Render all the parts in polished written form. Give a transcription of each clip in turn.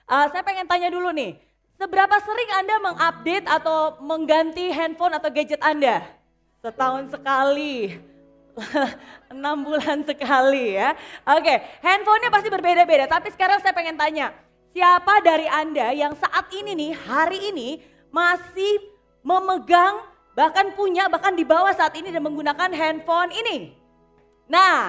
Saya pengen tanya dulu nih, seberapa sering Anda mengupdate atau mengganti handphone atau gadget Anda? Setahun sekali, 6 bulan sekali ya. Oke, handphonenya pasti berbeda-beda, tapi sekarang saya pengen tanya, siapa dari Anda yang saat ini nih, hari ini masih memegang, bahkan punya, bahkan dibawa saat ini dan menggunakan handphone ini? Nah,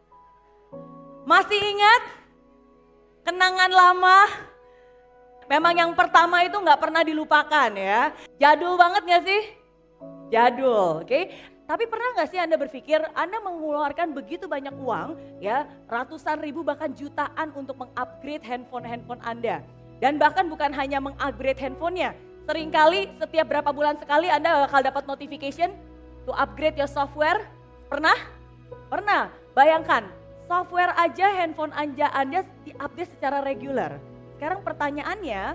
masih ingat kenangan lama? Memang yang pertama itu nggak pernah dilupakan ya. Jadul banget gak sih? Jadul, oke. Tapi pernah nggak sih Anda berpikir Anda mengeluarkan begitu banyak uang ya, ratusan ribu bahkan jutaan untuk mengupgrade handphone Anda. Dan bahkan bukan hanya mengupgrade handphonenya. Seringkali setiap berapa bulan sekali Anda bakal dapat notification to upgrade your software. Pernah? Pernah. Bayangkan, software aja handphone Anda diupdate secara reguler. Sekarang pertanyaannya,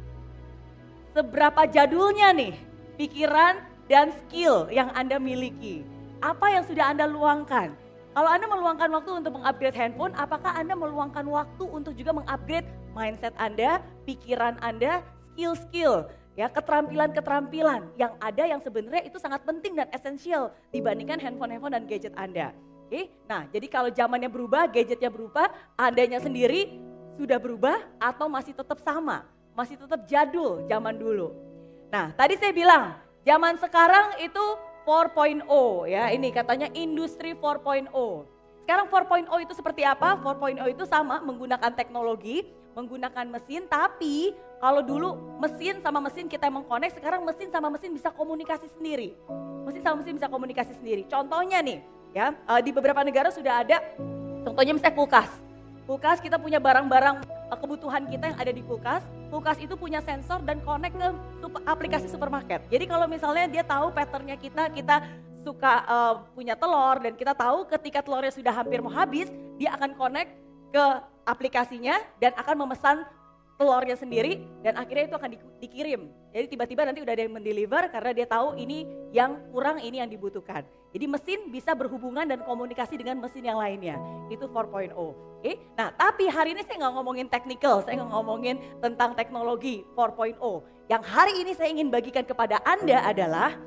seberapa jadulnya nih pikiran dan skill yang Anda miliki? Apa yang sudah Anda luangkan? Kalau Anda meluangkan waktu untuk mengupgrade handphone, apakah Anda meluangkan waktu untuk juga mengupgrade mindset Anda, pikiran Anda, skill-skill, ya, keterampilan-keterampilan yang ada yang sebenarnya itu sangat penting dan esensial dibandingkan handphone dan gadget Anda. Oke? Nah, jadi kalau zamannya berubah, gadgetnya berubah, Andanya sendiri sudah berubah atau masih tetap sama, masih tetap jadul zaman dulu. Nah, tadi saya bilang zaman sekarang itu 4.0 ya, ini katanya industri 4.0. Sekarang 4.0 itu seperti apa? 4.0 itu sama menggunakan teknologi, menggunakan mesin, tapi kalau dulu mesin sama mesin kita mengkonek, sekarang mesin sama mesin bisa komunikasi sendiri. Mesin sama mesin bisa komunikasi sendiri. Contohnya nih, ya, di beberapa negara sudah ada, contohnya misalnya kulkas. Kulkas kita punya barang-barang kebutuhan kita yang ada di kulkas. Kulkas itu punya sensor dan connect ke aplikasi supermarket. Jadi kalau misalnya dia tahu patternnya kita suka punya telur dan kita tahu ketika telurnya sudah hampir mau habis, dia akan connect ke aplikasinya dan akan memesan telurnya sendiri dan akhirnya itu akan dikirim. Jadi tiba-tiba nanti udah ada yang mendeliver karena dia tahu ini yang kurang, ini yang dibutuhkan. Jadi mesin bisa berhubungan dan komunikasi dengan mesin yang lainnya. Itu 4.0. Oke? Nah, tapi hari ini saya nggak ngomongin technical, saya nggak ngomongin tentang teknologi 4.0. Yang hari ini saya ingin bagikan kepada Anda adalah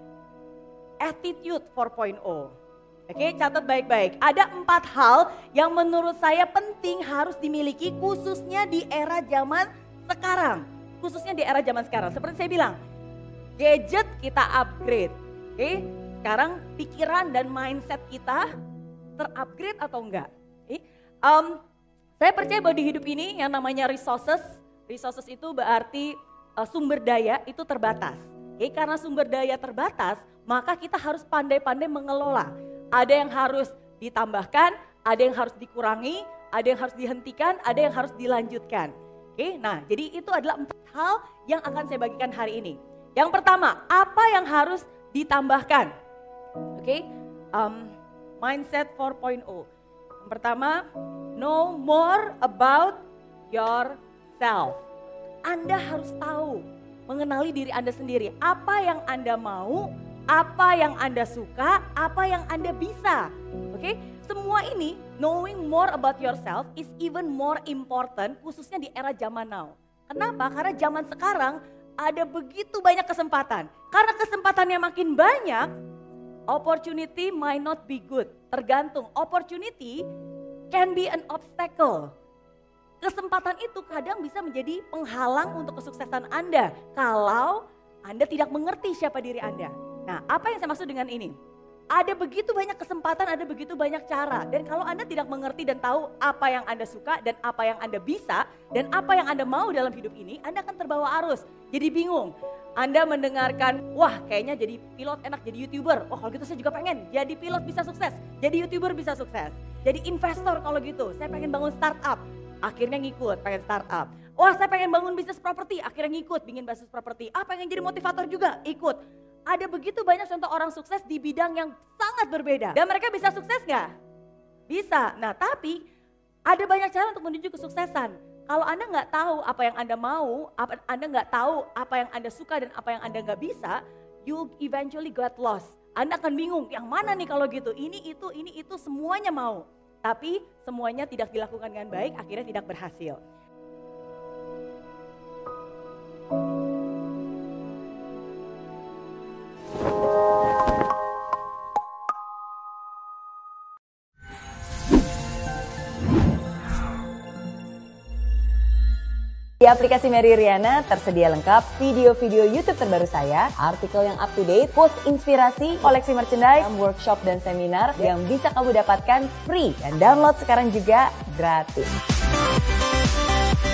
attitude 4.0. Oke, catat baik-baik. Ada 4 hal yang menurut saya penting harus dimiliki khususnya di era zaman sekarang. Khususnya di era zaman sekarang. Seperti saya bilang, gadget kita upgrade. Oke, sekarang pikiran dan mindset kita terupgrade atau enggak? Oke, saya percaya bahwa di hidup ini yang namanya resources itu berarti sumber daya itu terbatas. Oke, karena sumber daya terbatas, maka kita harus pandai-pandai mengelola. Ada yang harus ditambahkan, ada yang harus dikurangi, ada yang harus dihentikan, ada yang harus dilanjutkan. Oke, nah jadi itu adalah 4 hal yang akan saya bagikan hari ini. Yang pertama, apa yang harus ditambahkan? Oke, mindset 4.0. Yang pertama, know more about yourself. Anda harus tahu, mengenali diri Anda sendiri. Apa yang Anda mau, apa yang Anda suka, apa yang Anda bisa. Oke, semua ini knowing more about yourself is even more important khususnya di era zaman now. Kenapa? Karena zaman sekarang ada begitu banyak kesempatan. Karena kesempatannya makin banyak, opportunity might not be good. Tergantung, opportunity can be an obstacle. Kesempatan itu kadang bisa menjadi penghalang untuk kesuksesan Anda kalau Anda tidak mengerti siapa diri Anda. Nah, apa yang saya maksud dengan ini? Ada begitu banyak kesempatan, ada begitu banyak cara. Dan kalau Anda tidak mengerti dan tahu apa yang Anda suka dan apa yang Anda bisa dan apa yang Anda mau dalam hidup ini, Anda akan terbawa arus. Jadi bingung. Anda mendengarkan, wah kayaknya jadi pilot enak, jadi YouTuber. Oh kalau gitu saya juga pengen jadi pilot bisa sukses, jadi YouTuber bisa sukses. Jadi investor kalau gitu, saya pengen bangun startup. Akhirnya ngikut, pengen startup. Wah saya pengen bangun bisnis properti, akhirnya ngikut, bikin bisnis properti. Pengen jadi motivator juga, ikut. Ada begitu banyak contoh orang sukses di bidang yang sangat berbeda. Dan mereka bisa sukses gak? Bisa. Nah tapi ada banyak cara untuk menuju kesuksesan. Kalau Anda nggak tahu apa yang Anda mau, Anda nggak tahu apa yang Anda suka dan apa yang Anda nggak bisa, you eventually got lost. Anda akan bingung, yang mana nih kalau gitu? Ini itu semuanya mau. Tapi semuanya tidak dilakukan dengan baik, akhirnya tidak berhasil. aplikasi Mary Riana tersedia lengkap video-video YouTube terbaru saya, artikel yang up to date, quotes inspirasi, koleksi merchandise, workshop dan seminar yang bisa kamu dapatkan free dan download sekarang juga gratis.